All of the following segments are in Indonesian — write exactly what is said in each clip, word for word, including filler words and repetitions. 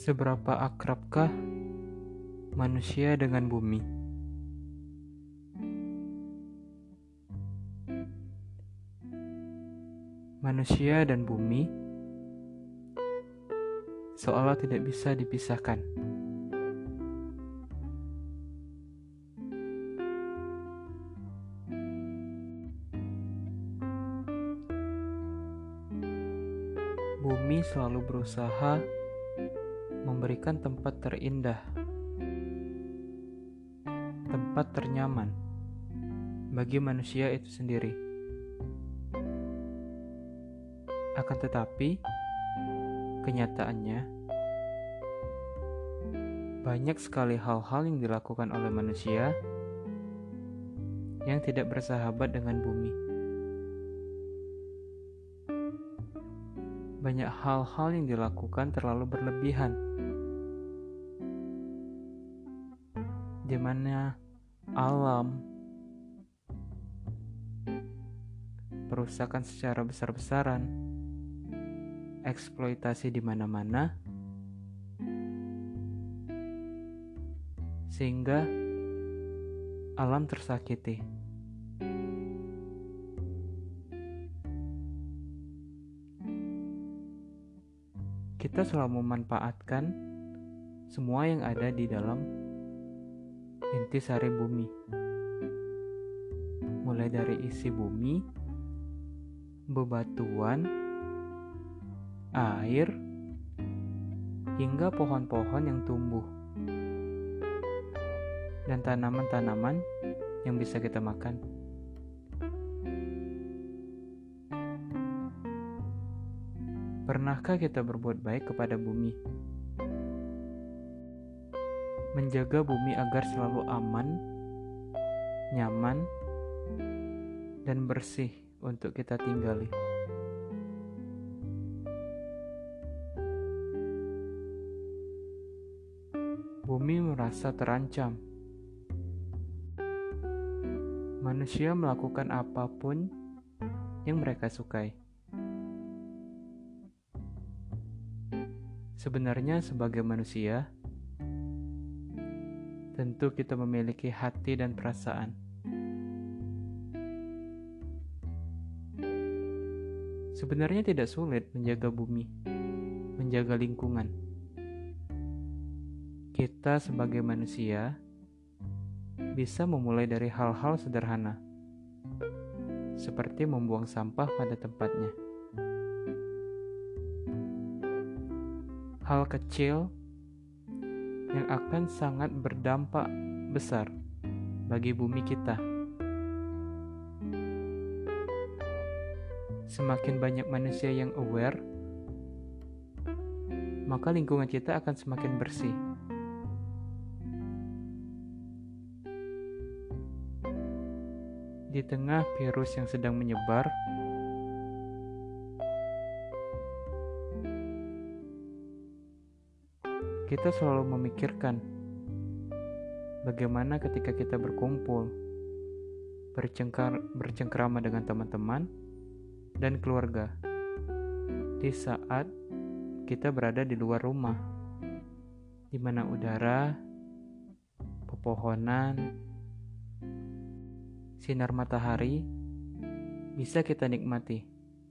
Seberapa akrabkah manusia dengan bumi? Manusia dan bumi seolah tidak bisa dipisahkan. Bumi selalu berusaha memberikan tempat terindah, tempat ternyaman bagi manusia itu sendiri. Akan tetapi, kenyataannya banyak sekali hal-hal yang dilakukan oleh manusia yang tidak bersahabat dengan bumi. Banyak hal-hal yang dilakukan terlalu berlebihan, di mana alam, perusakan secara besar-besaran, eksploitasi di mana-mana, sehingga alam tersakiti. Kita selalu memanfaatkan semua yang ada di dalam intisari bumi, mulai dari isi bumi, bebatuan, air, hingga pohon-pohon yang tumbuh, dan tanaman-tanaman yang bisa kita makan. Pernahkah kita berbuat baik kepada bumi? Menjaga bumi agar selalu aman, nyaman, dan bersih untuk kita tinggali. Bumi merasa terancam. Manusia melakukan apapun yang mereka sukai. Sebenarnya sebagai manusia, tentu kita memiliki hati dan perasaan. Sebenarnya tidak sulit menjaga bumi, menjaga lingkungan. Kita sebagai manusia bisa memulai dari hal-hal sederhana, seperti membuang sampah pada tempatnya. Hal kecil yang akan sangat berdampak besar bagi bumi kita. Semakin banyak manusia yang aware, maka lingkungan kita akan semakin bersih. Di tengah virus yang sedang menyebar, kita selalu memikirkan bagaimana ketika kita berkumpul, bercengkar, bercengkrama dengan teman-teman dan keluarga di saat kita berada di luar rumah, di mana udara, pepohonan, sinar matahari bisa kita nikmati.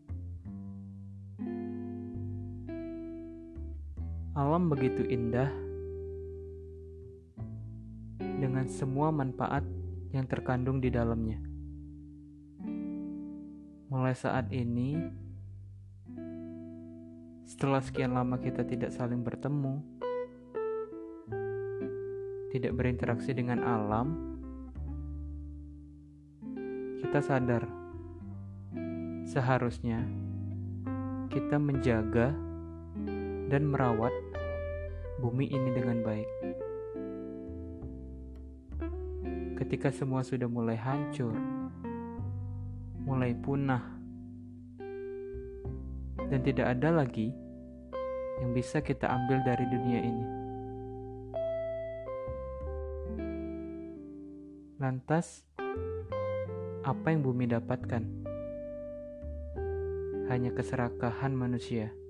Alam begitu indah dengan semua manfaat yang terkandung di dalamnya. Mulai saat ini, setelah sekian lama kita tidak saling bertemu, tidak berinteraksi dengan alam, kita sadar seharusnya kita menjaga dan merawat bumi ini dengan baik. Ketika semua sudah mulai hancur, mulai punah, dan tidak ada lagi yang bisa kita ambil dari dunia ini, lantas apa yang bumi dapatkan? Hanya keserakahan manusia.